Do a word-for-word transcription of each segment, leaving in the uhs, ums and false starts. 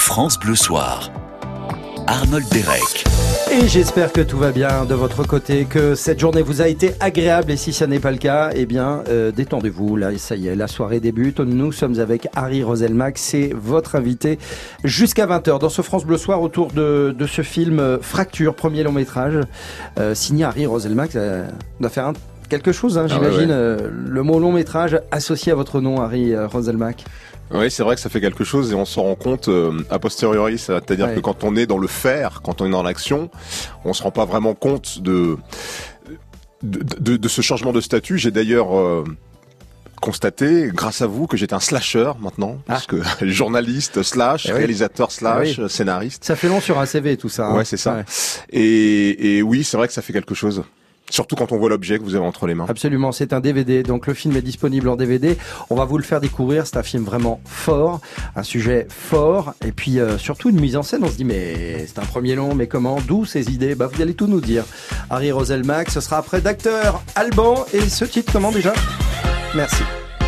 France Bleu Soir. Arnold Derek. Et j'espère que tout va bien de votre côté, que cette journée vous a été agréable, et si ça n'est pas le cas, eh bien euh, détendez-vous, là ça y est, la soirée débute. Nous sommes avec Harry Roselmack, c'est votre invité jusqu'à vingt heures dans ce France Bleu Soir autour de, de ce film Fracture, premier long métrage, euh, signé Harry Roselmack. Ça doit faire un, quelque chose, hein, j'imagine, ah ouais, ouais. Euh, le mot long métrage associé à votre nom, Harry euh, Roselmack. Oui, c'est vrai que ça fait quelque chose et on s'en rend compte euh, a posteriori, c'est-à-dire ouais. que quand on est dans le faire, quand on est dans l'action, on se rend pas vraiment compte de de, de, de ce changement de statut. J'ai d'ailleurs euh, constaté, grâce à vous, que j'étais un slasher maintenant, ah. parce que journaliste slash, eh réalisateur oui. slash, eh oui. scénariste. Ça fait long sur un C V tout ça. Hein. Ouais, c'est ça. Ouais. Et, et oui, c'est vrai que ça fait quelque chose. Surtout quand on voit l'objet que vous avez entre les mains. Absolument, c'est un D V D, donc le film est disponible en D V D. On va vous le faire découvrir, c'est un film vraiment fort, un sujet fort, et puis euh, surtout une mise en scène. On se dit, mais c'est un premier long, mais comment, d'où ces idées? Bah, vous allez tout nous dire. Harry Roselmack, ce sera après d'acteur Alban, et ce titre, comment déjà? Merci.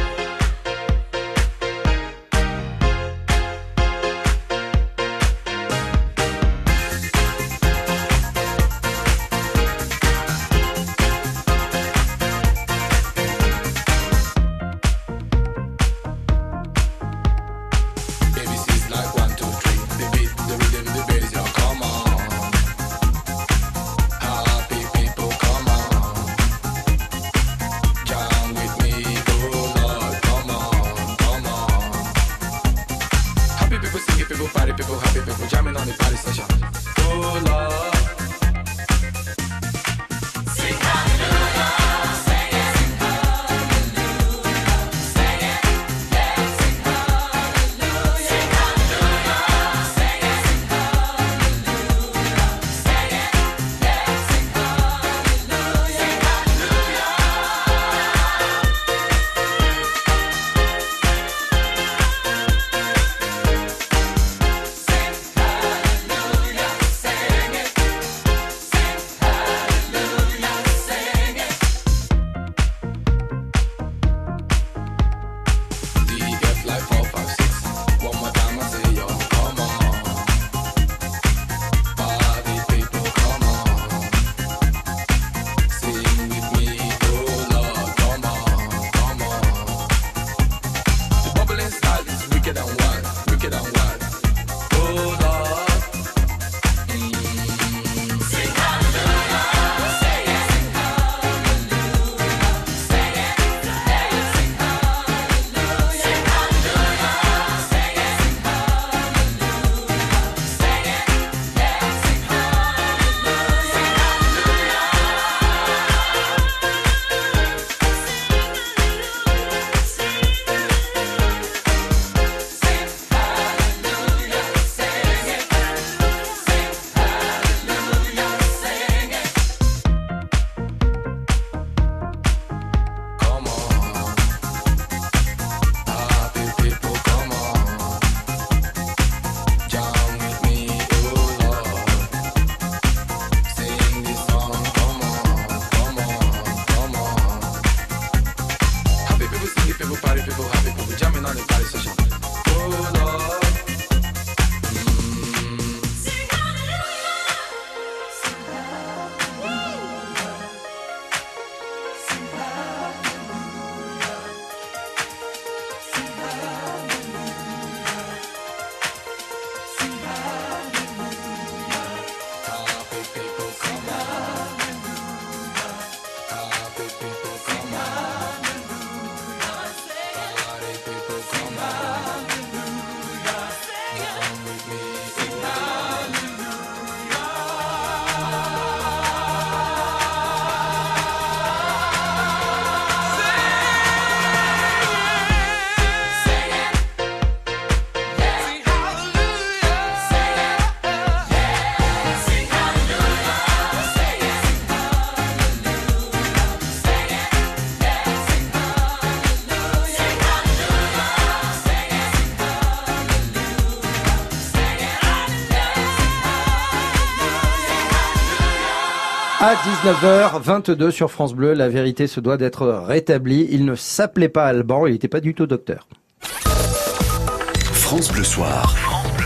À dix-neuf heures vingt-deux sur France Bleu, la vérité se doit d'être rétablie. Il ne s'appelait pas Alban, il n'était pas du tout docteur. France Bleu Soir. France Bleu Soir.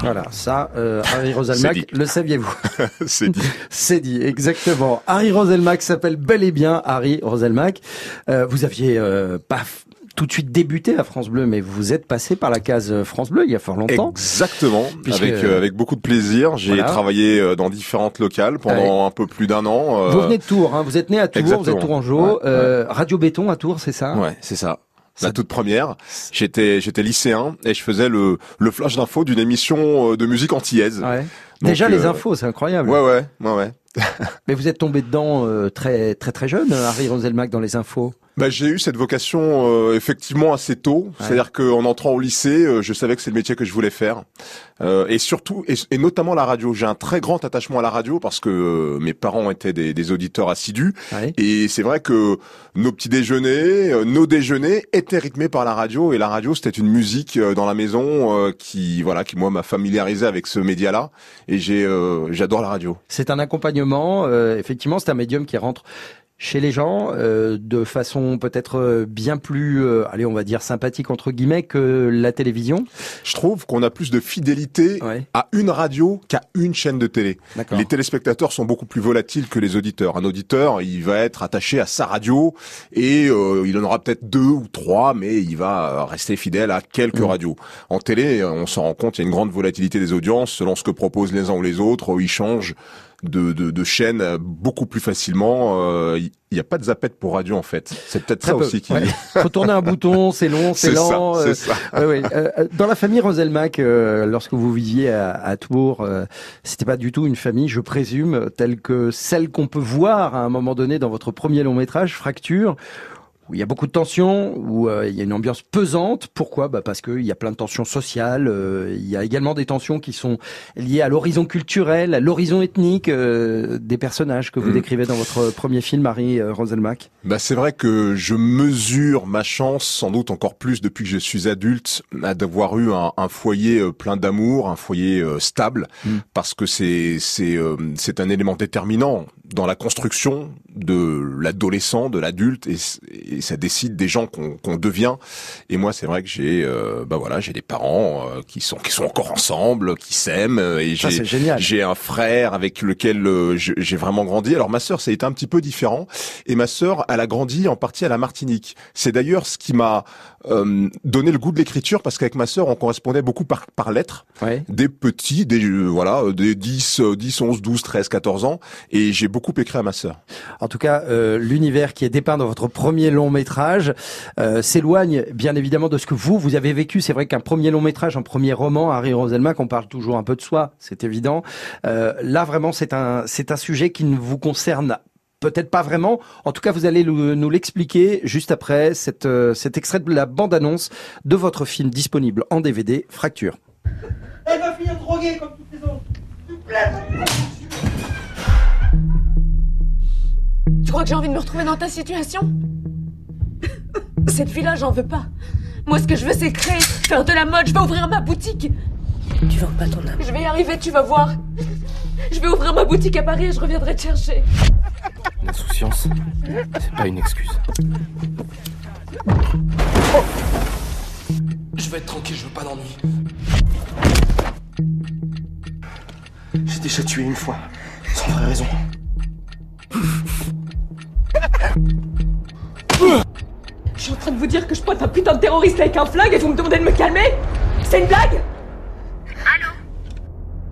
Voilà, ça, euh, Harry Roselmack, le saviez-vous? C'est dit. C'est dit, exactement. Harry Roselmack s'appelle bel et bien Harry Roselmack. Euh, vous aviez euh, pas tout de suite débuté à France Bleu, mais vous êtes passé par la case France Bleu il y a fort longtemps. Exactement, Puisque... avec euh, avec beaucoup de plaisir. J'ai voilà. travaillé dans différentes locales pendant ouais. un peu plus d'un an. Euh... Vous venez de Tours, hein, vous êtes né à Tours, Exactement. Vous êtes tourangeau. Ouais. Euh, Radio Béton à Tours, c'est ça? Ouais, c'est ça. La toute première, j'étais j'étais lycéen et je faisais le le flash d'info d'une émission de musique antillaise. Ouais. Donc, Déjà euh... les infos, c'est incroyable. Ouais ouais, ouais ouais. Mais vous êtes tombé dedans euh, très très très jeune, Harry Roselmack, dans les infos. Bah, j'ai eu cette vocation euh, effectivement assez tôt, ouais. c'est-à-dire qu'en entrant au lycée, euh, je savais que c'est le métier que je voulais faire, euh, et surtout et, et notamment la radio. J'ai un très grand attachement à la radio parce que euh, mes parents étaient des, des auditeurs assidus, ouais. et c'est vrai que nos petits déjeuners, euh, nos déjeuners étaient rythmés par la radio, et la radio c'était une musique euh, dans la maison euh, qui voilà qui moi m'a familiarisé avec ce média-là, et j'ai euh, j'adore la radio. C'est un accompagnement, euh, effectivement, c'est un médium qui rentre chez les gens, euh, de façon peut-être bien plus, euh, allez, on va dire sympathique entre guillemets, que la télévision. Je trouve qu'on a plus de fidélité ouais. à une radio qu'à une chaîne de télé. D'accord. Les téléspectateurs sont beaucoup plus volatiles que les auditeurs. Un auditeur, il va être attaché à sa radio et euh, il en aura peut-être deux ou trois, mais il va rester fidèle à quelques mmh. radios. En télé, on s'en rend compte, il y a une grande volatilité des audiences selon ce que proposent les uns ou les autres, où ils changent de, de, de chaîne beaucoup plus facilement. Il euh, n'y a pas de zapette pour radio en fait. C'est peut-être Très ça peu. aussi qui. Ouais. Faut tourner un bouton, c'est long, c'est, c'est lent. Ça, euh, c'est ça. Euh, ouais. euh, dans la famille Roselmack, euh, lorsque vous viviez à, à Tours, euh, c'était pas du tout une famille, je présume, telle que celle qu'on peut voir à un moment donné dans votre premier long métrage, Fracture, où il y a beaucoup de tensions, où euh, il y a une ambiance pesante. Pourquoi ? Bah parce qu'il y a plein de tensions sociales. Euh, il y a également des tensions qui sont liées à l'horizon culturel, à l'horizon ethnique euh, des personnages que vous mmh. décrivez dans votre premier film, Harry euh, Roselmack. Bah c'est vrai que je mesure ma chance, sans doute encore plus depuis que je suis adulte, à d'avoir eu un, un foyer plein d'amour, un foyer euh, stable, mmh. parce que c'est c'est euh, c'est un élément déterminant dans la construction de l'adolescent, de l'adulte, et, et ça décide des gens qu'on, qu'on devient. Et moi, c'est vrai que j'ai, euh, bah voilà, j'ai des parents euh, qui sont qui sont encore ensemble, qui s'aiment, et ça, j'ai c'est génial. J'ai un frère avec lequel euh, je, j'ai vraiment grandi. Alors ma sœur, ça a été un petit peu différent, et ma sœur, elle a grandi en partie à la Martinique. C'est d'ailleurs ce qui m'a euh, donné le goût de l'écriture, parce qu'avec ma sœur, on correspondait beaucoup par par lettres, ouais. des petits, des euh, voilà, des dix, onze, douze, treize, quatorze ans, et j'ai beaucoup écrit à ma sœur. En tout cas, euh, l'univers qui est dépeint dans votre premier long métrage euh, s'éloigne bien évidemment de ce que vous, vous avez vécu. C'est vrai qu'un premier long métrage, un premier roman, Harry Roselmack, on parle toujours un peu de soi, c'est évident. Euh, là, vraiment, c'est un, c'est un sujet qui ne vous concerne peut-être pas vraiment. En tout cas, vous allez nous l'expliquer juste après cette, euh, cet extrait de la bande-annonce de votre film disponible en D V D, Fracture. Elle va finir droguée comme toutes les autres. S'il vous plaît. Tu crois que j'ai envie de me retrouver dans ta situation ? Cette vie-là, j'en veux pas. Moi, ce que je veux, c'est créer, faire de la mode. Je vais ouvrir ma boutique. Tu vends pas ton âme. Je vais y arriver, tu vas voir. Je vais ouvrir ma boutique à Paris et je reviendrai te chercher. L'insouciance, c'est pas une excuse. Oh, je veux être tranquille, je veux pas d'ennui. J'ai déjà tué une fois, sans vraie raison. Je suis en train de vous dire que je pointe un putain de terroriste avec un flingue et vous me demandez de me calmer ? C'est une blague ? Allô ? Allô ?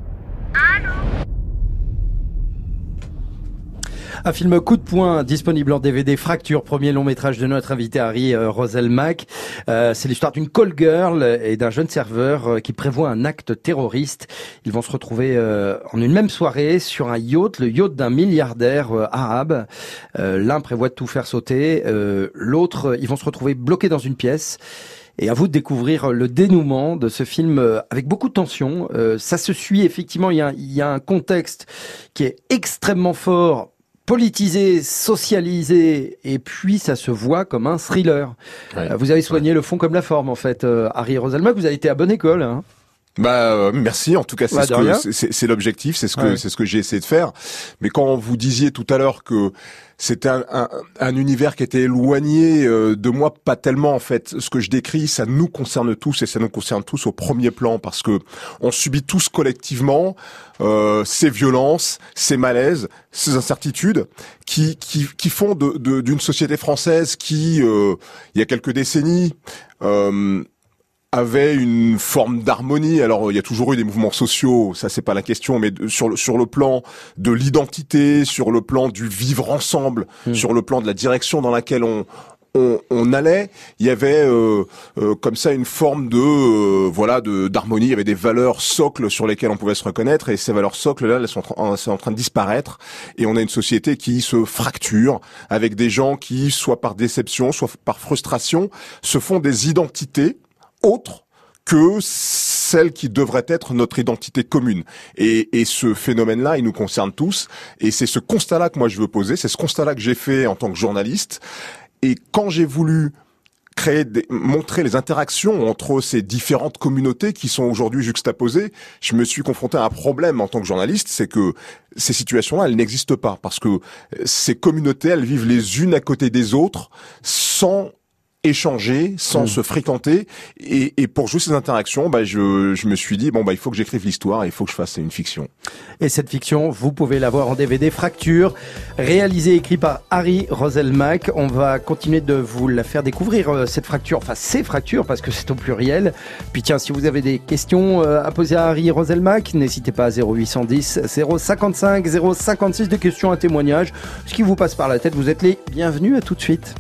Un film coup de poing disponible en D V D, Fracture, premier long métrage de notre invité Harry euh, Roselmack. Euh, c'est l'histoire d'une call girl et d'un jeune serveur euh, qui prévoit un acte terroriste. Ils vont se retrouver euh, en une même soirée sur un yacht, le yacht d'un milliardaire euh, arabe. Euh, l'un prévoit de tout faire sauter, euh, l'autre, ils vont se retrouver bloqués dans une pièce. Et à vous de découvrir le dénouement de ce film avec beaucoup de tension. Euh, ça se suit effectivement, il y a, il y a un contexte qui est extrêmement fort, politisé, socialisé, et puis ça se voit comme un thriller. Ouais. Euh, vous avez soigné ouais. le fond comme la forme, en fait. Euh, Harry Roselmack, vous avez été à bonne école, hein. Bah euh, merci, en tout cas c'est bah, ce que c'est, c'est l'objectif, c'est ce que ouais. c'est ce que j'ai essayé de faire. Mais quand vous disiez tout à l'heure que c'était un, un, un univers qui était éloigné euh, de moi, pas tellement en fait. Ce que je décris, ça nous concerne tous et ça nous concerne tous au premier plan parce que on subit tous collectivement euh, ces violences, ces malaises, ces incertitudes qui qui qui font de, de d'une société française qui euh, il y a quelques décennies euh, avait une forme d'harmonie. Alors il y a toujours eu des mouvements sociaux, ça c'est pas la question, mais de, sur le sur le plan de l'identité, sur le plan du vivre ensemble, mmh. sur le plan de la direction dans laquelle on on, on allait, il y avait euh, euh, comme ça une forme de euh, voilà de d'harmonie. Il y avait des valeurs socles sur lesquelles on pouvait se reconnaître, et ces valeurs socles là, elles sont en, sont en train de disparaître. Et on a une société qui se fracture avec des gens qui, soit par déception, soit par frustration, se font des identités autre que celle qui devrait être notre identité commune. Et, et ce phénomène-là, il nous concerne tous. Et c'est ce constat-là que moi je veux poser. C'est ce constat-là que j'ai fait en tant que journaliste. Et quand j'ai voulu créer, des, montrer les interactions entre ces différentes communautés qui sont aujourd'hui juxtaposées, je me suis confronté à un problème en tant que journaliste, c'est que ces situations-là, elles n'existent pas. Parce que ces communautés, elles vivent les unes à côté des autres sans échanger, sans mmh. se fréquenter, et, et pour jouer ces interactions, bah je, je me suis dit bon bah il faut que j'écrive l'histoire, il faut que je fasse une fiction. Et cette fiction, vous pouvez la voir en D V D, Fracture, réalisé et écrit par Harry Roselmack. On va continuer de vous la faire découvrir euh, cette fracture, enfin ces fractures parce que c'est au pluriel. Puis tiens, si vous avez des questions euh, à poser à Harry Roselmack, n'hésitez pas à zéro huit cent dix zéro cinquante-cinq zéro cinquante-six, des questions, un témoignage, ce qui vous passe par la tête. Vous êtes les bienvenus, à tout de suite.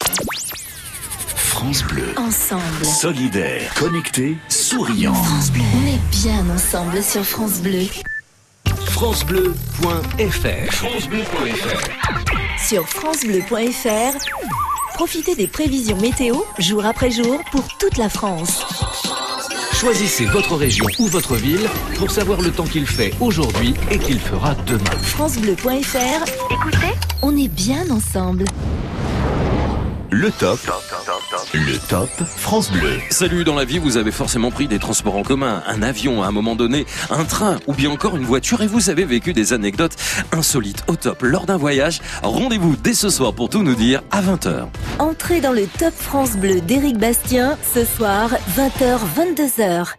France Bleu. Ensemble. Solidaire. Connecté. Souriant. France Bleu. On est bien ensemble sur France Bleu. francebleu point f r. francebleu point f r. Sur francebleu point f r, profitez des prévisions météo jour après jour pour toute la France. Choisissez votre région ou votre ville pour savoir le temps qu'il fait aujourd'hui et qu'il fera demain. francebleu point f r. Écoutez, on est bien ensemble. Le top. Le top France Bleu. Salut, dans la vie, vous avez forcément pris des transports en commun, un avion à un moment donné, un train ou bien encore une voiture et vous avez vécu des anecdotes insolites au top lors d'un voyage. Rendez-vous dès ce soir pour tout nous dire à vingt heures. Entrez dans le top France Bleu d'Éric Bastien, ce soir, vingt heures, vingt-deux heures.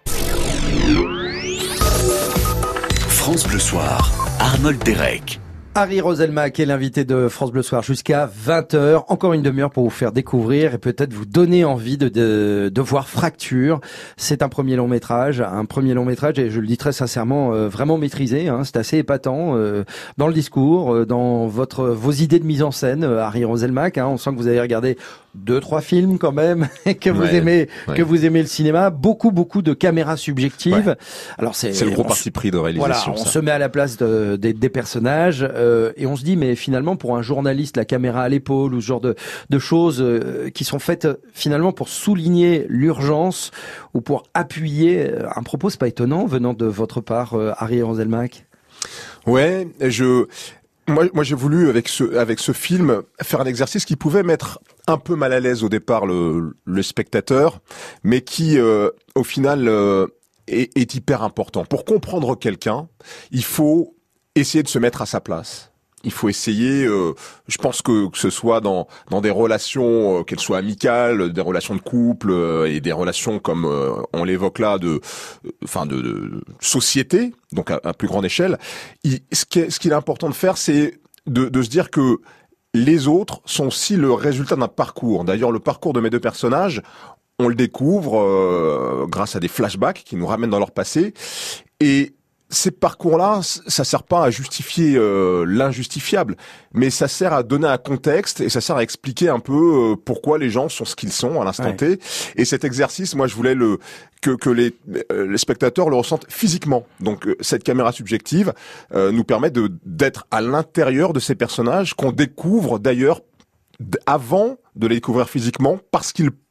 France Bleu Soir, Arnold Derek. Harry Roselmack est l'invité de France Bleu Soir jusqu'à vingt heures. Encore une demi-heure pour vous faire découvrir et peut-être vous donner envie de, de, de voir Fracture. C'est un premier long métrage, un premier long métrage et je le dis très sincèrement, euh, vraiment maîtrisé. Hein, c'est assez épatant euh, dans le discours, euh, dans votre vos idées de mise en scène, euh, Harry Roselmack. Hein, on sent que vous avez regardé deux trois films quand même, que vous ouais, aimez, ouais. que vous aimez le cinéma. Beaucoup beaucoup de caméras subjectives. Ouais. Alors c'est c'est le gros on, parti pris de réalisation. Voilà, on ça. se met à la place de, de, des personnages. Euh, et on se dit mais finalement pour un journaliste la caméra à l'épaule ou ce genre de, de choses euh, qui sont faites finalement pour souligner l'urgence ou pour appuyer un propos, c'est pas étonnant venant de votre part, euh, Harry Roselmack. Ouais, je moi moi j'ai voulu avec ce avec ce film faire un exercice qui pouvait mettre un peu mal à l'aise au départ le le spectateur, mais qui euh, au final euh, est, est hyper important. Pour comprendre quelqu'un, il faut essayer de se mettre à sa place. Il faut essayer, euh, je pense que que ce soit dans dans des relations, euh, qu'elles soient amicales, des relations de couple euh, et des relations comme euh, on l'évoque là de, enfin de, de société, donc à, à plus grande échelle. Il, ce qui est, ce qu'il est important de faire, c'est de de se dire que les autres sont aussi le résultat d'un parcours. D'ailleurs, le parcours de mes deux personnages, on le découvre euh, grâce à des flashbacks qui nous ramènent dans leur passé et ces parcours-là, ça sert pas à justifier euh, l'injustifiable, mais ça sert à donner un contexte et ça sert à expliquer un peu euh, pourquoi les gens sont ce qu'ils sont à l'instant ouais. T. Et cet exercice, moi, je voulais le que que les euh, les spectateurs le ressentent physiquement. Donc euh, cette caméra subjective euh, nous permet de d'être à l'intérieur de ces personnages qu'on découvre d'ailleurs d- avant de les découvrir physiquement parce qu'ils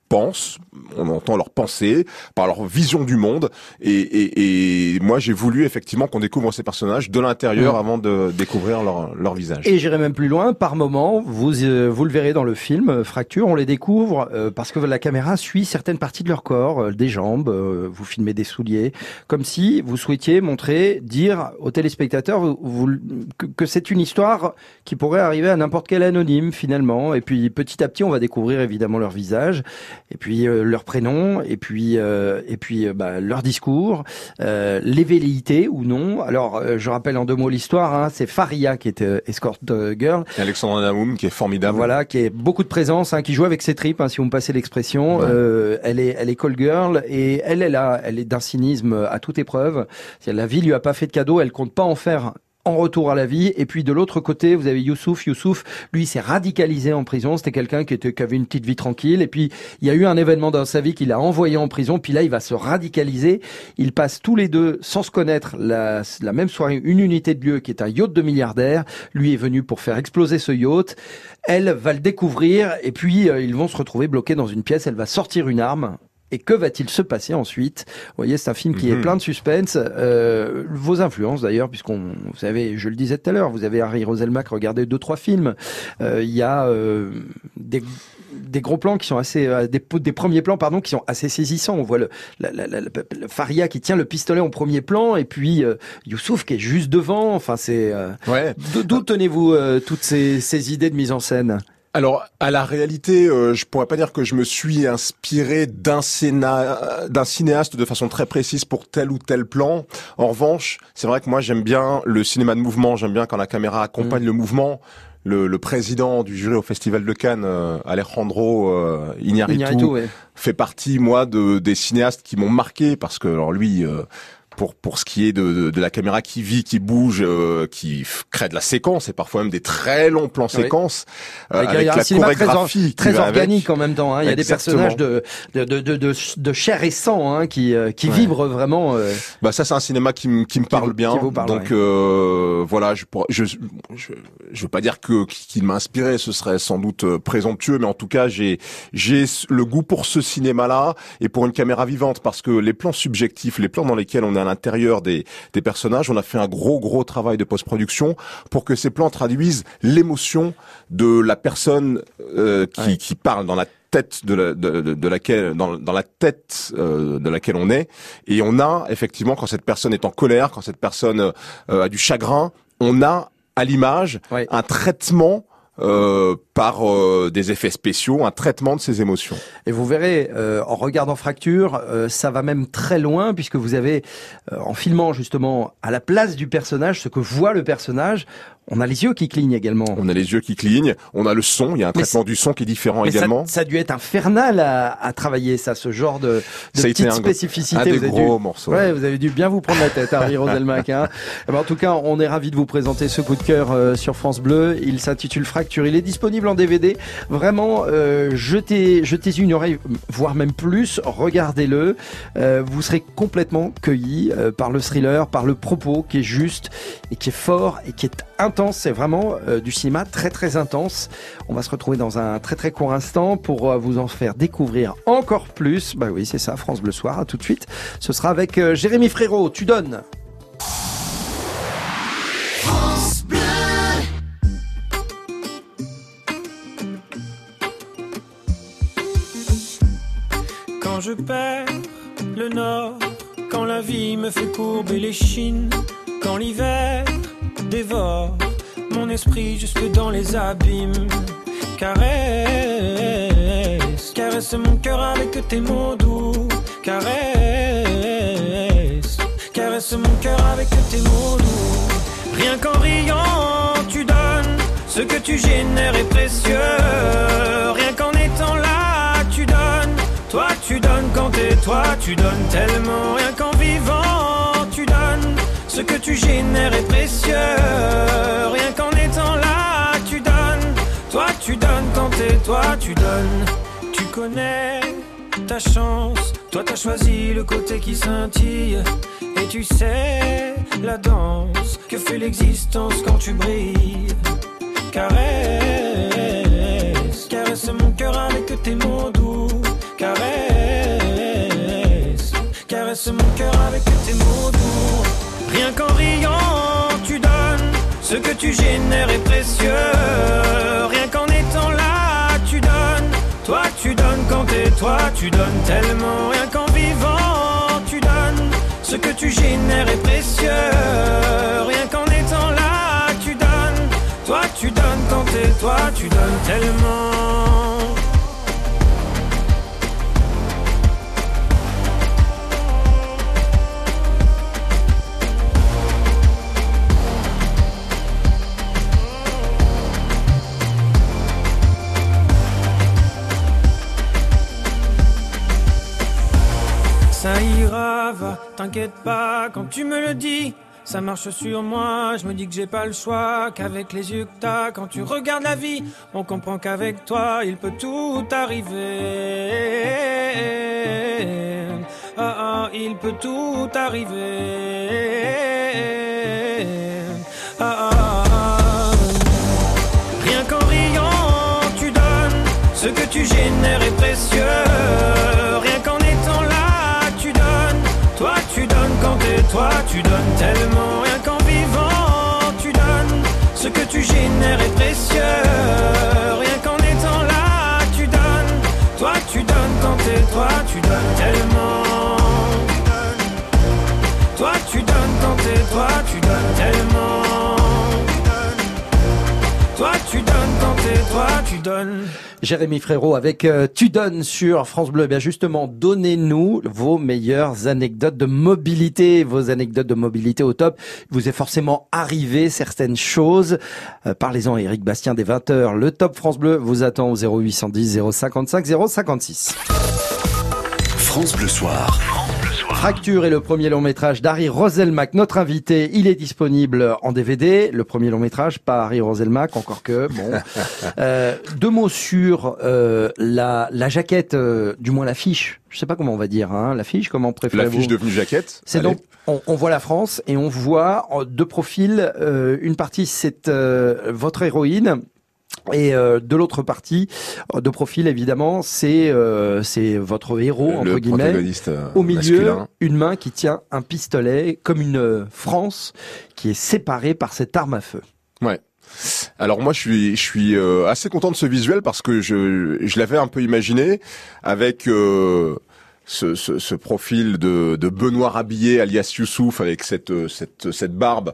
pensent, on entend leurs pensées, par leur vision du monde. Et, et, et moi, j'ai voulu effectivement qu'on découvre ces personnages de l'intérieur mmh. avant de découvrir leur, leur visage. Et j'irai même plus loin. Par moment, vous euh, vous le verrez dans le film Fracture, on les découvre euh, parce que la caméra suit certaines parties de leur corps, euh, des jambes. Euh, vous filmez des souliers, comme si vous souhaitiez montrer, dire aux téléspectateurs vous, vous, que, que c'est une histoire qui pourrait arriver à n'importe quel anonyme finalement. Et puis petit à petit, on va découvrir évidemment leur visage, et puis euh, leur prénom, et puis euh, et puis euh, bah, leur discours, euh, les velléités ou non. Alors euh, je rappelle en deux mots l'histoire. Hein, c'est Faria qui est euh, escort girl. Et Alexandra Naoum qui est formidable. Voilà, qui est beaucoup de présence, hein, qui joue avec ses tripes, hein, si vous me passez l'expression. Ouais. Euh, elle est elle est call girl et elle elle a elle est d'un cynisme à toute épreuve. La vie lui a pas fait de cadeau, elle compte pas en faire en retour à la vie. Et puis de l'autre côté, vous avez Youssouf. Youssouf, lui, s'est radicalisé en prison. C'était quelqu'un qui était qui avait une petite vie tranquille. Et puis il y a eu un événement dans sa vie qui l'a envoyé en prison. Puis là, il va se radicaliser. Ils passent tous les deux, sans se connaître, la, la même soirée, une unité de lieu qui est un yacht de milliardaire. Lui est venu pour faire exploser ce yacht. Elle va le découvrir. Et puis euh, ils vont se retrouver bloqués dans une pièce. Elle va sortir une arme. Et que va-t-il se passer ensuite? Vous voyez, c'est un film qui mmh. est plein de suspense. Euh, vos influences d'ailleurs, puisqu'on, vous savez, je le disais tout à l'heure, vous avez Harry Roselmack regardé deux trois films. Il euh, y a euh, des des gros plans qui sont assez, euh, des, des premiers plans pardon, qui sont assez saisissants. On voit le, la, la, la, le Faria qui tient le pistolet en premier plan, et puis euh, Youssouf qui est juste devant. Enfin, c'est. Euh, ouais. D'où tenez-vous euh, toutes ces, ces idées de mise en scène? Alors, à la réalité, euh, je pourrais pas dire que je me suis inspiré d'un scéna... d'un cinéaste de façon très précise pour tel ou tel plan. En revanche, c'est vrai que moi, j'aime bien le cinéma de mouvement. J'aime bien quand la caméra accompagne mmh. le mouvement. Le, le président du jury au Festival de Cannes, euh, Alejandro euh, Iñárritu, Iñárritu ouais. fait partie, moi, de des cinéastes qui m'ont marqué parce que, alors lui. Euh, Pour pour ce qui est de, de, de la caméra qui vit, qui bouge, euh, qui f- crée de la séquence et parfois même des très longs plans oui. séquences euh, avec, avec la chorégraphie très, or, très organique avec. en même temps. Hein. Il y a Exactement. des personnages de de de de, de, de chair et sang hein, qui qui ouais. vibrent vraiment. Euh... Bah ça c'est un cinéma qui me qui me parle bien. Parle, Donc ouais. euh, voilà, je, je je je veux pas dire que qu'il m'a inspiré, ce serait sans doute présomptueux, mais en tout cas j'ai j'ai le goût pour ce cinéma-là et pour une caméra vivante parce que les plans subjectifs, les plans dans lesquels on est à l'intérieur des, des personnages, on a fait un gros gros travail de post-production pour que ces plans traduisent l'émotion de la personne euh, qui, ouais. qui parle dans la tête de, la, de, de, de laquelle dans, dans la tête euh, de laquelle on est, et on a effectivement quand cette personne est en colère, quand cette personne euh, a du chagrin, on a à l'image ouais. un traitement Euh, par euh, des effets spéciaux, un traitement de ces émotions. Et vous verrez, euh, en regardant Fracture, euh, ça va même très loin, puisque vous avez, euh, en filmant justement à la place du personnage, ce que voit le personnage, on a les yeux qui clignent également. On a les yeux qui clignent, on a le son, il y a un mais traitement du son qui est différent également. Ça, ça a dû être infernal à, à travailler ça, ce genre de, de petite un, spécificité. Un des vous avez gros dû, morceaux. Ouais, vous avez dû bien vous prendre la tête, Harry Roselmack. Hein. Et ben, en tout cas, on est ravis de vous présenter ce coup de cœur euh, sur France Bleu. Il s'intitule Fracture. Il est disponible en D V D. Vraiment, euh, jetez, jetez une oreille, voire même plus. Regardez-le. Euh, vous serez complètement cueillis euh, par le thriller, par le propos qui est juste et qui est fort et qui est intense. C'est vraiment euh, du cinéma très très intense. On va se retrouver dans un très très court instant pour euh, vous en faire découvrir encore plus. Bah oui, c'est ça, France Bleu Soir. À tout de suite. Ce sera avec euh, Jérémy Frérot. Tu donnes. France Bleu. Quand je perds le nord, quand la vie me fait courber les chines, quand l'hiver dévore mon esprit jusque dans les abîmes, caresse, caresse mon cœur avec tes mots doux, caresse, caresse mon cœur avec tes mots doux. Rien qu'en riant tu donnes, ce que tu génères est précieux. Rien qu'en étant là tu donnes, toi tu donnes quand t'es toi, tu donnes tellement. Rien qu'en vivant tu donnes, ce que tu génères est précieux. Rien qu'en étant là tu donnes, toi tu donnes quand t'es toi, tu donnes. Tu connais ta chance, toi t'as choisi le côté qui scintille. Et tu sais la danse que fait l'existence quand tu brilles. Caresse, caresse mon cœur avec tes mots doux. caresse. Caresse mon cœur avec tes mots doux. Rien qu'en riant, tu donnes. Ce que tu génères est précieux. Rien qu'en étant là, tu donnes. Toi, tu donnes quand t'es toi, tu donnes tellement. Rien qu'en vivant, tu donnes. Ce que tu génères est précieux. Rien qu'en étant là, tu donnes. Toi, tu donnes quand t'es toi, tu donnes tellement. Ça ira, va, t'inquiète pas, quand tu me le dis, ça marche sur moi, je me dis que j'ai pas le choix, qu'avec les yeux que t'as, quand tu regardes la vie, on comprend qu'avec toi, il peut tout arriver. Ah ah, il peut tout arriver. Ah ah, rien qu'en riant, tu donnes, ce que tu génères est précieux. Rien qu'en étant là, toi tu donnes quand t'es toi, tu donnes tellement. Rien qu'en vivant, tu donnes. Ce que tu génères est précieux. Rien qu'en étant là, tu donnes. Toi tu donnes quand t'es toi, tu donnes tellement. Toi tu donnes quand t'es toi, tu donnes tellement. Toi tu donnes quand t'es toi, tu donnes. Jérémy Frérot avec euh, Tu donnes sur France Bleu. Eh bien justement, donnez-nous vos meilleures anecdotes de mobilité, vos anecdotes de mobilité au top. Il vous est forcément arrivé certaines choses. Euh, parlez-en à Éric Bastien dès vingt heures. Le Top France Bleu vous attend au zéro huit cent dix zéro cinquante-cinq zéro cinquante-six. France Bleu Soir. Fracture est le premier long métrage d'Harry Roselmack, notre invité. Il est disponible en D V D. Le premier long métrage, pas Harry Roselmack, encore que bon. Euh, deux mots sur euh, la, la jaquette, euh, du moins l'affiche. Je sais pas comment on va dire, hein, l'affiche. Comment préférez-vous ? L'affiche devenue jaquette. C'est Allez. donc on, on voit la France et on voit de profil. Euh, une partie, c'est euh, votre héroïne. Et euh, de l'autre partie, de profil évidemment, c'est euh, c'est votre héros, entre le guillemets, euh, au milieu, masculin. Une main qui tient un pistolet, comme une France qui est séparée par cette arme à feu. Ouais. Alors moi je suis je suis euh, assez content de ce visuel parce que je je l'avais un peu imaginé avec euh, Ce, ce, ce profil de, de Benoît Rabillé alias Youssouf avec cette cette cette barbe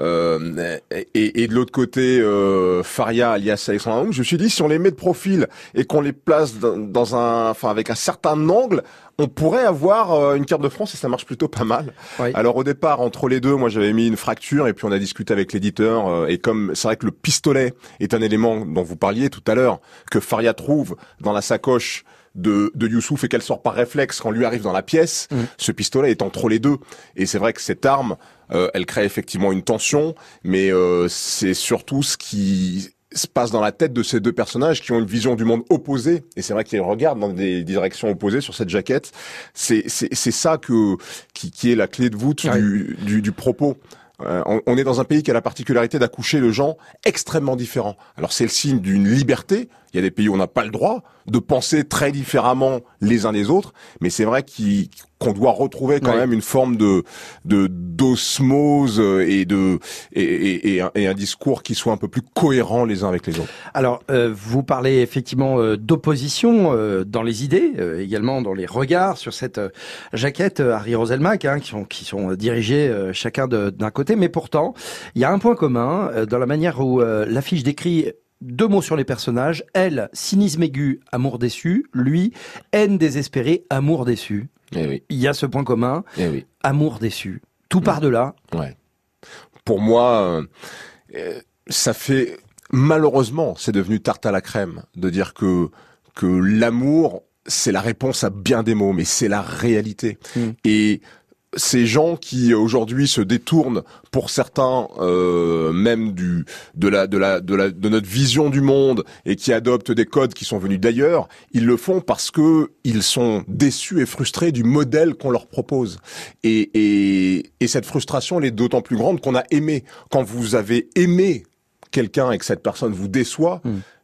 euh, et, et de l'autre côté euh, Faria alias Alexandre Aoum. Je me suis dit si on les met de profil et qu'on les place dans, dans un enfin avec un certain angle, on pourrait avoir euh, une carte de France et ça marche plutôt pas mal. Oui. Alors au départ entre les deux, moi j'avais mis une fracture et puis on a discuté avec l'éditeur euh, et comme c'est vrai que le pistolet est un élément dont vous parliez tout à l'heure que Faria trouve dans la sacoche de, de Youssouf et qu'elle sort par réflexe quand lui arrive dans la pièce, mmh. ce pistolet est entre les deux. Et c'est vrai que cette arme, euh, elle crée effectivement une tension, mais euh, c'est surtout ce qui se passe dans la tête de ces deux personnages qui ont une vision du monde opposée. Et c'est vrai qu'ils regardent dans des directions opposées sur cette jaquette. C'est, c'est, c'est ça que, qui, qui est la clé de voûte ouais. du, du, du propos. Euh, on, on est dans un pays qui a la particularité d'accoucher de gens extrêmement différents. Alors c'est le signe d'une liberté. Il y a des pays où on n'a pas le droit de penser très différemment les uns des autres, mais c'est vrai qu'il, qu'on doit retrouver quand ouais. même une forme de, de d'osmose et de et, et, et, un, et un discours qui soit un peu plus cohérent les uns avec les autres. Alors euh, vous parlez effectivement euh, d'opposition euh, dans les idées, euh, également dans les regards sur cette euh, jaquette euh, Harry Roselmack, hein, qui sont qui sont dirigés euh, chacun de, d'un côté, mais pourtant il y a un point commun euh, dans la manière où euh, l'affiche décrit. Deux mots sur les personnages. Elle, cynisme aigu, amour déçu. Lui, haine désespérée, amour déçu. Eh oui. Il y a ce point commun. Eh oui. Amour déçu. Tout part de là. Ouais. Pour moi, euh, ça fait malheureusement, c'est devenu tarte à la crème de dire que que l'amour, c'est la réponse à bien des mots, mais c'est la réalité. Mmh. Et ces gens qui aujourd'hui se détournent pour certains euh, même du de la de la de la de notre vision du monde et qui adoptent des codes qui sont venus d'ailleurs, ils le font parce que ils sont déçus et frustrés du modèle qu'on leur propose. Et et et cette frustration elle est d'autant plus grande qu'on a aimé. Quand vous avez aimé quelqu'un et que cette personne vous déçoit, mmh.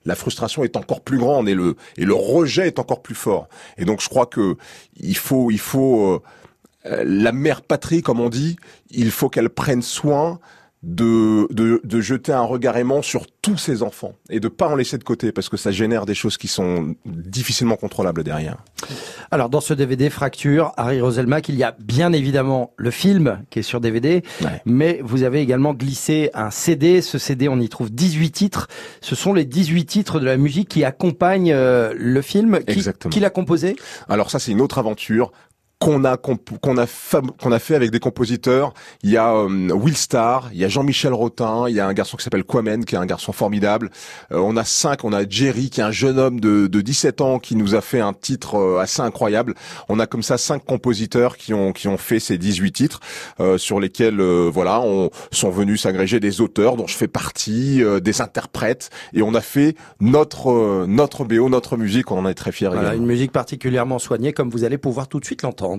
la frustration est encore plus grande et le et le rejet est encore plus fort. Et donc je crois que il faut il faut euh, la mère patrie, comme on dit, il faut qu'elle prenne soin de, de de jeter un regard aimant sur tous ses enfants et de pas en laisser de côté, parce que ça génère des choses qui sont difficilement contrôlables derrière. Alors dans ce D V D Fracture, Harry Roselmack, il y a bien évidemment le film qui est sur D V D, ouais. mais vous avez également glissé un C D. Ce C D, on y trouve dix-huit titres. Ce sont les dix-huit titres de la musique qui accompagnent euh, le film. Qui, Exactement. Qui l'a composé ? Alors ça, c'est une autre aventure qu'on a comp- qu'on a fab- qu'on a fait avec des compositeurs. Il y a euh, Will Starr, il y a Jean-Michel Rotin, il y a un garçon qui s'appelle Kwame, qui est un garçon formidable. Euh, on a cinq, on a Jerry, qui est un jeune homme de, de dix-sept ans, qui nous a fait un titre euh, assez incroyable. On a comme ça cinq compositeurs qui ont qui ont fait ces dix-huit titres, euh, sur lesquels euh, voilà, on sont venus s'agréger des auteurs dont je fais partie, euh, des interprètes, et on a fait notre euh, notre B O, notre musique. On en est très fiers. Voilà, également. une musique particulièrement soignée, comme vous allez pouvoir tout de suite l'entendre.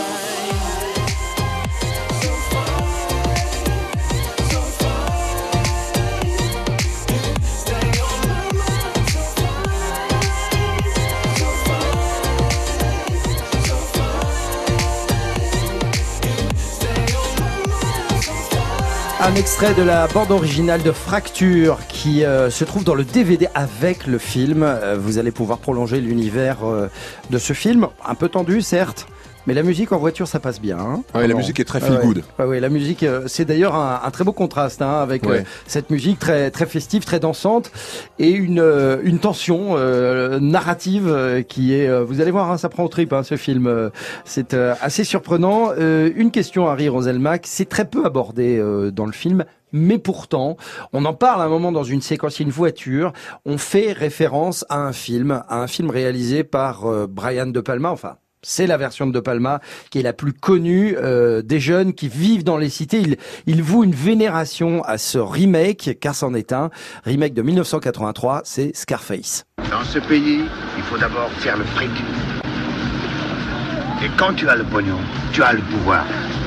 Un extrait de la bande originale de Fracture qui euh, se trouve dans le D V D avec le film. Euh, vous allez pouvoir prolonger l'univers euh, de ce film, un peu tendu certes, mais la musique en voiture ça passe bien. Hein ouais, la musique est très feel good. Ouais, ouais, la musique, euh, c'est d'ailleurs un, un très beau contraste hein, avec ouais. euh, cette musique très très festive, très dansante et une euh, une tension euh, narrative euh, qui est. Euh, vous allez voir, hein, ça prend au trip hein, ce film. Euh, c'est euh, assez surprenant. Euh, une question, Harry Roselmack, c'est très peu abordé euh, dans le film. Mais pourtant, on en parle à un moment dans une séquence, une voiture, on fait référence à un film, à un film réalisé par euh, Brian De Palma, enfin, c'est la version de De Palma qui est la plus connue euh, des jeunes qui vivent dans les cités. Ils, ils vouent une vénération à ce remake, car c'en est un. Remake de dix-neuf cent quatre-vingt-trois, c'est Scarface. Dans ce pays, il faut d'abord faire le fric. Et quand tu as le pognon, tu as le pouvoir.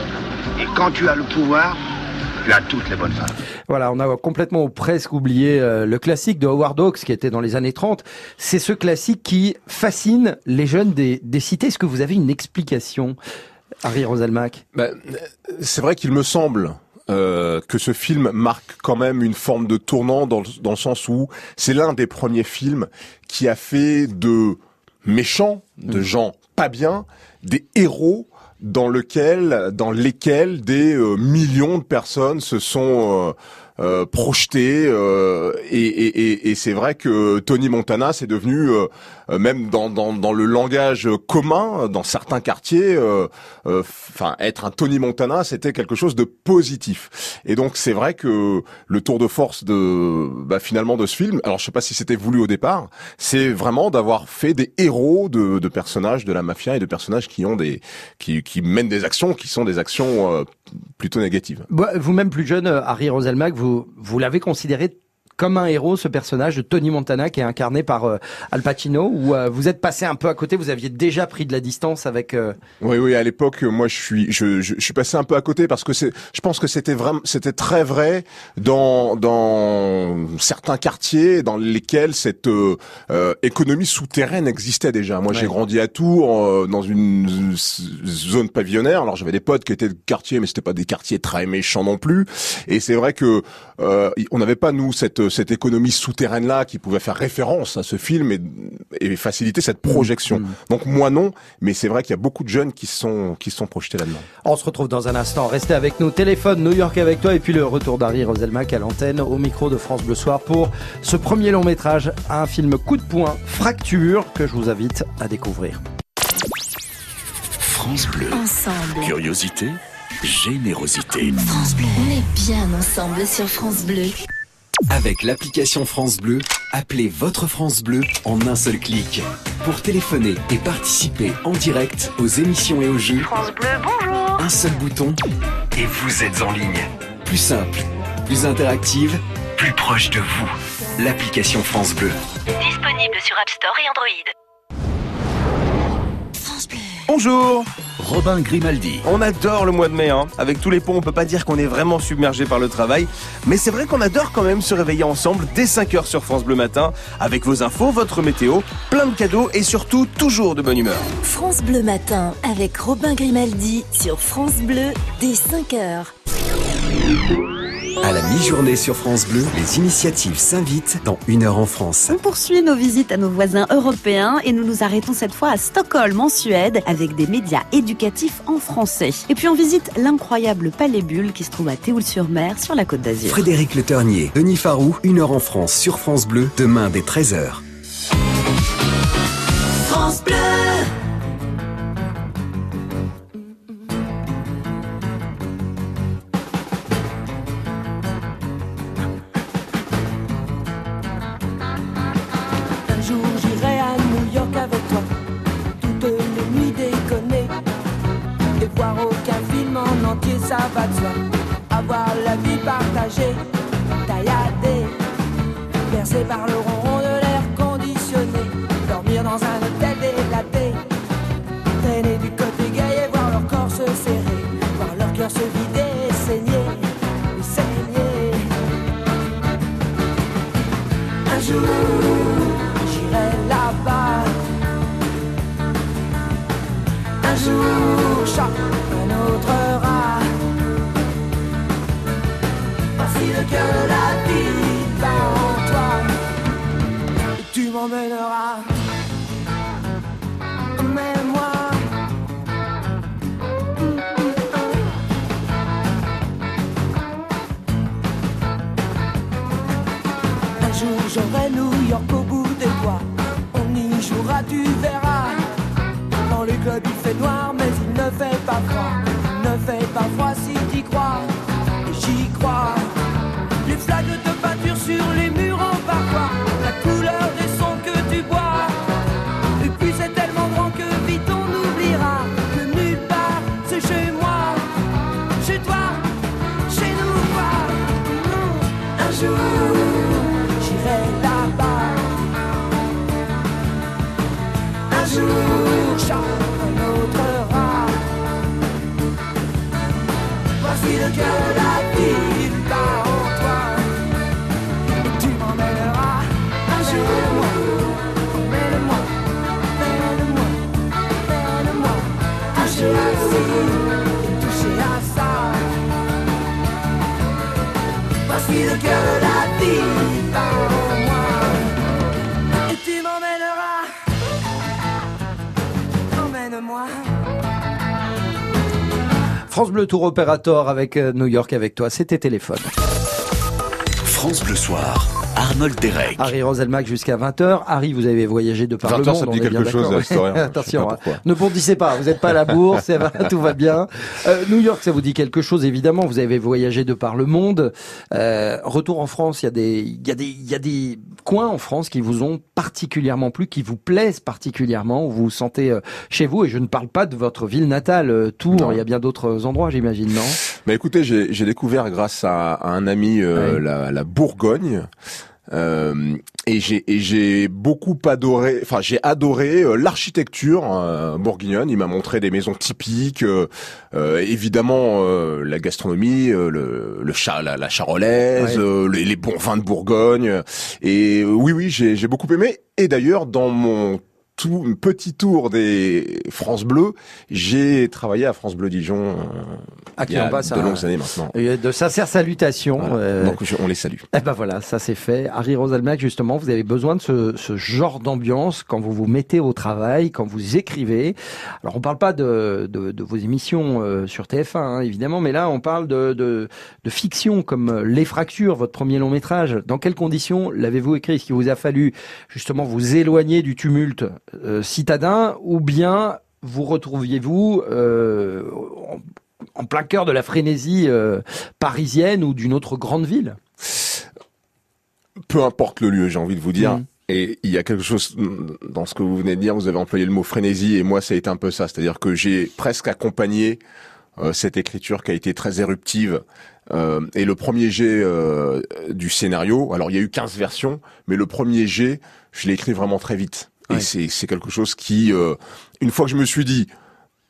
Et quand tu as le pouvoir, tu as toutes les bonnes femmes. Voilà, on a complètement ou presque oublié euh, le classique de Howard Hawks qui était dans les années trente. C'est ce classique qui fascine les jeunes des, des cités. Est-ce que vous avez une explication, Harry Roselmack ? Ben, c'est vrai qu'il me semble euh, que ce film marque quand même une forme de tournant dans, dans le sens où c'est l'un des premiers films qui a fait de méchants, de mmh. gens pas bien, des héros dans lequel, dans lesquels des euh, millions de personnes se sont euh, euh, projetées euh, et, et, et, et c'est vrai que Tony Montana c'est devenu euh, même dans, dans, dans le langage commun dans certains quartiers, euh, euh, enfin être un Tony Montana c'était quelque chose de positif. Et donc c'est vrai que le tour de force de bah, finalement de ce film, alors je sais pas si c'était voulu au départ, c'est vraiment d'avoir fait des héros de, de personnages de la mafia et de personnages qui ont des qui, qui mènent des actions qui sont des actions euh, plutôt négatives. Vous-même plus jeune, Harry Roselmack, vous vous l'avez considéré comme un héros, ce personnage de Tony Montana qui est incarné par euh, Al Pacino, où euh, vous êtes passé un peu à côté, vous aviez déjà pris de la distance avec. Euh... Oui, oui, à l'époque, moi, je suis, je, je, je suis passé un peu à côté parce que c'est, je pense que c'était vraiment, c'était très vrai dans dans certains quartiers dans lesquels cette euh, euh, économie souterraine existait déjà. Moi, ouais. j'ai grandi à Tours euh, dans une zone pavillonnaire. Alors, j'avais des potes qui étaient de quartier, mais c'était pas des quartiers très méchants non plus. Et c'est vrai que euh, on n'avait pas nous cette cette économie souterraine-là qui pouvait faire référence à ce film et, et faciliter cette projection. Mmh. Donc moi non, mais c'est vrai qu'il y a beaucoup de jeunes qui sont qui sont projetés là-dedans. On se retrouve dans un instant. Restez avec nous. Téléphone New York avec toi et puis le retour d'Harry Roselmack à l'antenne au micro de France Bleu Soir pour ce premier long métrage, un film coup de poing, Fracture, que je vous invite à découvrir. France Bleu. Ensemble. Curiosité, générosité. France Bleu. On est bien ensemble sur France Bleu. Avec l'application France Bleu, appelez votre France Bleu en un seul clic. Pour téléphoner et participer en direct aux émissions et aux jeux, France Bleu, bonjour. Un seul bouton et vous êtes en ligne. Plus simple, plus interactive, plus proche de vous. L'application France Bleu. Disponible sur App Store et Android. France Bleu. Bonjour. Robin Grimaldi. On adore le mois de mai, hein. Avec tous les ponts, on peut pas dire qu'on est vraiment submergé par le travail. Mais c'est vrai qu'on adore quand même se réveiller ensemble dès cinq heures sur France Bleu Matin, avec vos infos, votre météo, plein de cadeaux et surtout toujours de bonne humeur. France Bleu Matin avec Robin Grimaldi sur France Bleu dès cinq heures. À la mi-journée sur France Bleu, les initiatives s'invitent dans Une heure en France. On poursuit nos visites à nos voisins européens et nous nous arrêtons cette fois à Stockholm en Suède avec des médias éducatifs en français. Et puis on visite l'incroyable Palais Bulle qui se trouve à Théoul-sur-Mer sur la Côte d'Azur. Frédéric Le Ternier, Denis Farou, Une heure en France sur France Bleu, demain dès treize heures. France Bleu. Ça va de soi, avoir la vie partagée, tailladée, bercée par le ronron de l'air conditionné, dormir dans un hôtel délaté, traîner du côté gay et voir leur corps se serrer, voir leur cœur se vider et saigner, et saigner. Un jour, j'irai là-bas, un jour, chat, un autre rat. Le cœur de la vie bat en toi et tu m'emmèneras. Emmène-moi. Un jour j'aurai New York au bout des doigts. On y jouera, tu verras. Dans les clubs il fait noir mais il ne fait pas froid. Il ne fait pas froid si t'y crois. Et j'y crois. Les flaques de peinture sur les murs en parfois, la couleur des sons que tu bois. Et puis c'est tellement grand que vite on oubliera que nulle part c'est chez moi, chez toi, chez nous quoi. Un jour j'irai là-bas, un jour chat, un autre rat. Voici le cœur de la ville là. Emmène-moi, emmène-moi, emmène-moi, toucher à ci, toucher à ça. Voici le cœur de la vie par moi. Et tu m'emmèneras, emmène-moi. France Bleu Tour Opérateur avec New York avec toi, c'était Téléphone. France Bleu Soir. Arnold Derek. Harry Roselmack jusqu'à vingt heures. Harry, vous avez voyagé de par le monde. Ça me dit quelque chose, la story. Attention, hein. Ne bondissez pas, vous n'êtes pas à la bourse, ça va, tout va bien. Euh, New York, ça vous dit quelque chose, évidemment. Vous avez voyagé de par le monde. Euh, retour en France, il y a des, il y a des, il y a des coins en France qui vous ont particulièrement plu, qui vous plaisent particulièrement, où vous vous sentez chez vous. Et je ne parle pas de votre ville natale, Tours. Non. Il y a bien d'autres endroits, j'imagine, non? Mais écoutez, j'ai, j'ai découvert grâce à, à un ami euh, ouais. la, la Bourgogne. Euh, et j'ai et j'ai beaucoup adoré, enfin j'ai adoré euh, l'architecture euh, bourguignonne. Il m'a montré des maisons typiques, euh, euh, évidemment euh, la gastronomie, euh, le le chat, la, la charolaise, ouais. euh, les, les bons vins de Bourgogne. Et euh, oui oui j'ai j'ai beaucoup aimé. Et d'ailleurs dans mon tout petit tour des France Bleu, j'ai travaillé à France Bleu Dijon ah, il y a passe de longues années maintenant. De sincères salutations. Voilà. Euh... Donc on les salue. Eh ben voilà, ça c'est fait. Harry Roselmack, justement, vous avez besoin de ce, ce genre d'ambiance quand vous vous mettez au travail, quand vous écrivez. Alors on parle pas de, de, de vos émissions euh, sur T F un, hein, évidemment, mais là on parle de, de, de fiction comme Les Fractures, votre premier long métrage. Dans quelles conditions l'avez-vous écrit? Est-ce qu'il vous a fallu justement vous éloigner du tumulte Euh, citadin, ou bien vous retrouviez-vous euh, en, en plein cœur de la frénésie euh, parisienne ou d'une autre grande ville? Peu importe le lieu, j'ai envie de vous dire. Mmh. Et il y a quelque chose dans ce que vous venez de dire, vous avez employé le mot frénésie, et moi ça a été un peu ça, c'est-à-dire que j'ai presque accompagné euh, cette écriture qui a été très éruptive. Euh, et le premier jet euh, du scénario, alors il y a eu quinze versions, mais le premier jet, je l'ai écrit vraiment très vite. Et ouais. c'est, c'est quelque chose qui, euh, une fois que je me suis dit,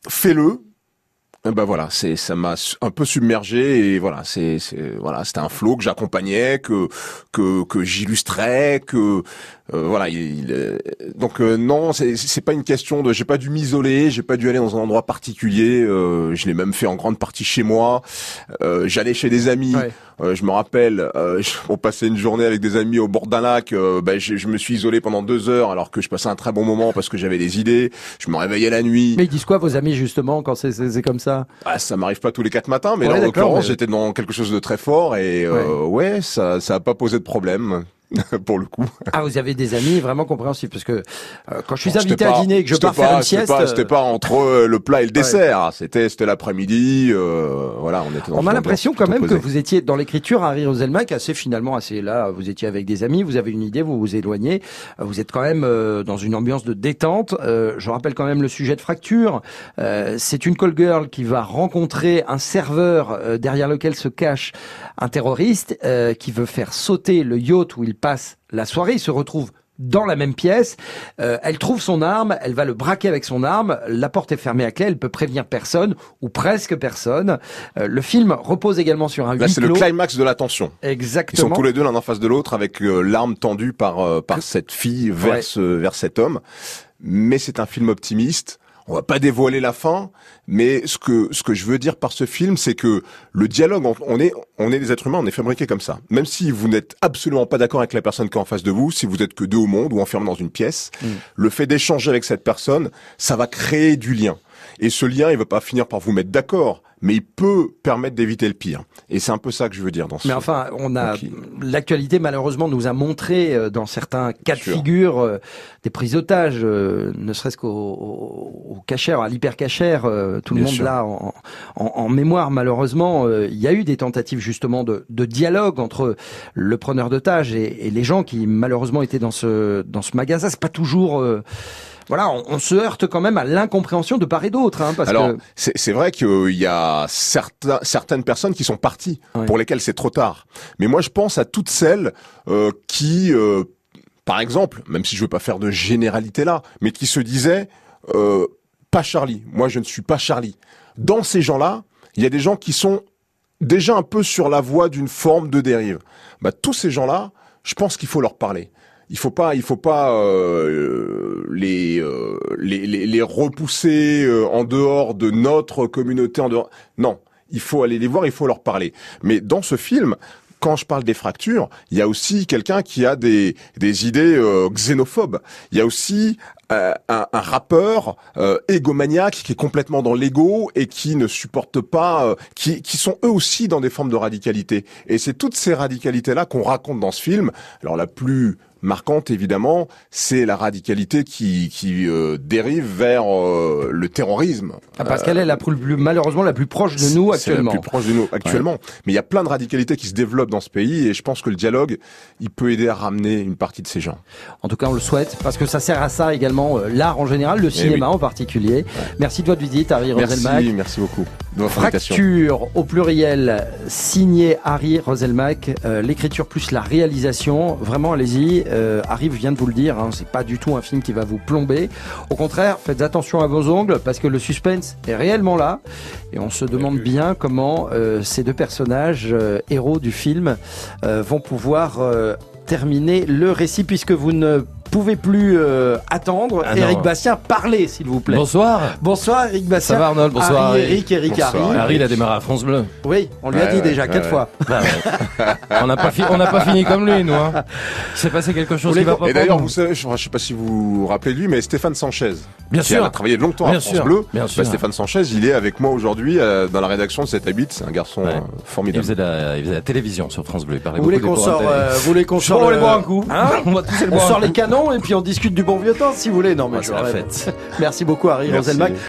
fais-le. Et ben voilà, c'est ça m'a un peu submergé et voilà, c'est c'est voilà, c'était un flow que j'accompagnais, que que que j'illustrais, que euh, voilà, il, il, donc euh, non, c'est c'est pas une question de j'ai pas dû m'isoler, j'ai pas dû aller dans un endroit particulier, euh, je l'ai même fait en grande partie chez moi. Euh, j'allais chez des amis, ouais. euh, je me rappelle, euh, on passait une journée avec des amis au bord d'un lac, euh, ben je, je me suis isolé pendant deux heures alors que je passais un très bon moment parce que j'avais des idées, je me réveillais la nuit. Mais ils disent quoi vos amis justement quand c'est c'est, c'est comme ça? Ah, ça m'arrive pas tous les quatre matins, mais ouais, là, en l'occurrence, mais... j'étais dans quelque chose de très fort et ouais, euh, ouais ça, ça a pas posé de problème. Pour le coup. Ah, vous avez des amis vraiment compréhensifs parce que euh, quand je suis bon, invité pas, à dîner et que je pars pas, faire une sieste, pas, c'était pas entre euh, le plat et le dessert, ouais. c'était c'était l'après-midi. Euh, voilà, on était. Dans on a l'impression quand même posé. que vous étiez dans l'écriture, Harry Roselmack, assez finalement assez là. Vous étiez avec des amis, vous avez une idée, vous vous éloignez, vous êtes quand même euh, dans une ambiance de détente. Euh, je rappelle quand même le sujet de Fracture. Euh, c'est une call girl qui va rencontrer un serveur euh, derrière lequel se cache un terroriste euh, qui veut faire sauter le yacht où il passe la soirée. Il se retrouve dans la même pièce. Euh, elle trouve son arme, elle va le braquer avec son arme. La porte est fermée à clé, elle peut prévenir personne ou presque personne. Euh, le film repose également sur un huis clos. Là, c'est le climax de la tension. Exactement. Ils sont tous les deux l'un en face de l'autre avec euh, l'arme tendue par euh, par cette fille vers ouais. ce, vers cet homme. Mais c'est un film optimiste. On va pas dévoiler la fin, mais ce que ce que je veux dire par ce film, c'est que le dialogue, on est on est des êtres humains, on est fabriqués comme ça. Même si vous n'êtes absolument pas d'accord avec la personne qui est en face de vous, si vous êtes que deux au monde ou enfermé dans une pièce, mmh. le fait d'échanger avec cette personne, ça va créer du lien. Et ce lien, il va pas finir par vous mettre d'accord, mais il peut permettre d'éviter le pire. Et c'est un peu ça que je veux dire dans ce Mais enfin, on a okay. l'actualité malheureusement nous a montré euh, dans certains cas de figure euh, des prises d'otages, euh, ne serait-ce qu'au au, au cachère, à l'hypercachère, euh, tout le Bien monde sûr. là en, en, en mémoire malheureusement. Euh, il y a eu des tentatives justement de, de dialogue entre le preneur d'otages et, et les gens qui malheureusement étaient dans ce dans ce magasin. C'est pas toujours euh, Voilà, on, on se heurte quand même à l'incompréhension de part et d'autre. Hein, parce Alors, que... c'est, c'est vrai qu'il y a certains, certaines personnes qui sont parties, ouais. pour lesquelles c'est trop tard. Mais moi, je pense à toutes celles euh, qui, euh, par exemple, même si je veux pas faire de généralité là, mais qui se disaient euh, « pas Charlie, moi je ne suis pas Charlie ». Dans ces gens-là, il y a des gens qui sont déjà un peu sur la voie d'une forme de dérive. Bah, tous ces gens-là, je pense qu'il faut leur parler. Il faut pas, il faut pas euh, les, euh, les les les repousser euh, en dehors de notre communauté. En dehors, non, il faut aller les voir, il faut leur parler. Mais dans ce film, quand je parle des fractures, il y a aussi quelqu'un qui a des des idées euh, xénophobes. Il y a aussi euh, un, un rappeur euh, égomaniaque qui est complètement dans l'ego et qui ne supporte pas, euh, qui qui sont eux aussi dans des formes de radicalité. Et c'est toutes ces radicalités-là qu'on raconte dans ce film. Alors la plus marquante, évidemment, c'est la radicalité qui, qui euh, dérive vers euh, le terrorisme. Ah, parce qu'elle est la plus, malheureusement la plus proche de nous actuellement. C'est la plus proche de nous actuellement. Ouais. Mais il y a plein de radicalités qui se développent dans ce pays et je pense que le dialogue, il peut aider à ramener une partie de ces gens. En tout cas, on le souhaite parce que ça sert à ça également, euh, l'art en général, le cinéma oui. en particulier. Ouais. Merci de votre visite, Harry Roselmack. Merci, merci beaucoup de votre invitation. Fracture au pluriel, signé Harry Roselmack, euh, l'écriture plus la réalisation. Vraiment, allez-y. Euh, Harry vient de vous le dire, hein, c'est pas du tout un film qui va vous plomber. Au contraire, faites attention à vos ongles parce que le suspense est réellement là et on se demande bien comment euh, ces deux personnages euh, héros du film euh, vont pouvoir euh, terminer le récit puisque vous ne pouvez plus euh, attendre. Ah Éric Bastien, parlez s'il vous plaît. Bonsoir. Bonsoir Éric Bastien. Ça va Arnold, bonsoir. Harry, Éric, Éric, Harry. Harry, il a démarré à France Bleu. Oui, on lui ouais, a dit ouais, déjà ouais, quatre ouais. fois. Bah ouais. on n'a pas, fi- on n'a pas fini comme lui, nous. Hein. Il s'est passé quelque chose qui va pas. Et d'ailleurs, vous savez, je ne sais pas si vous vous rappelez de lui, mais Stéphane Sanchez. Bien qui sûr. a travaillé longtemps Bien à France sûr. Bleu. Bien sûr. Bah, Stéphane Sanchez, il est avec moi aujourd'hui euh, dans la rédaction de sept à huit. C'est un garçon ouais. euh, formidable. Il faisait, la, il faisait la télévision sur France Bleu. Il parlait vous voulez qu'on sort, euh, vous voulez qu'on sort le... boire un coup hein on va tous les boire. On sort les canons et puis on discute du bon vieux temps si vous voulez. Non mais ouais, je la fête. Merci beaucoup Harry Roselmack.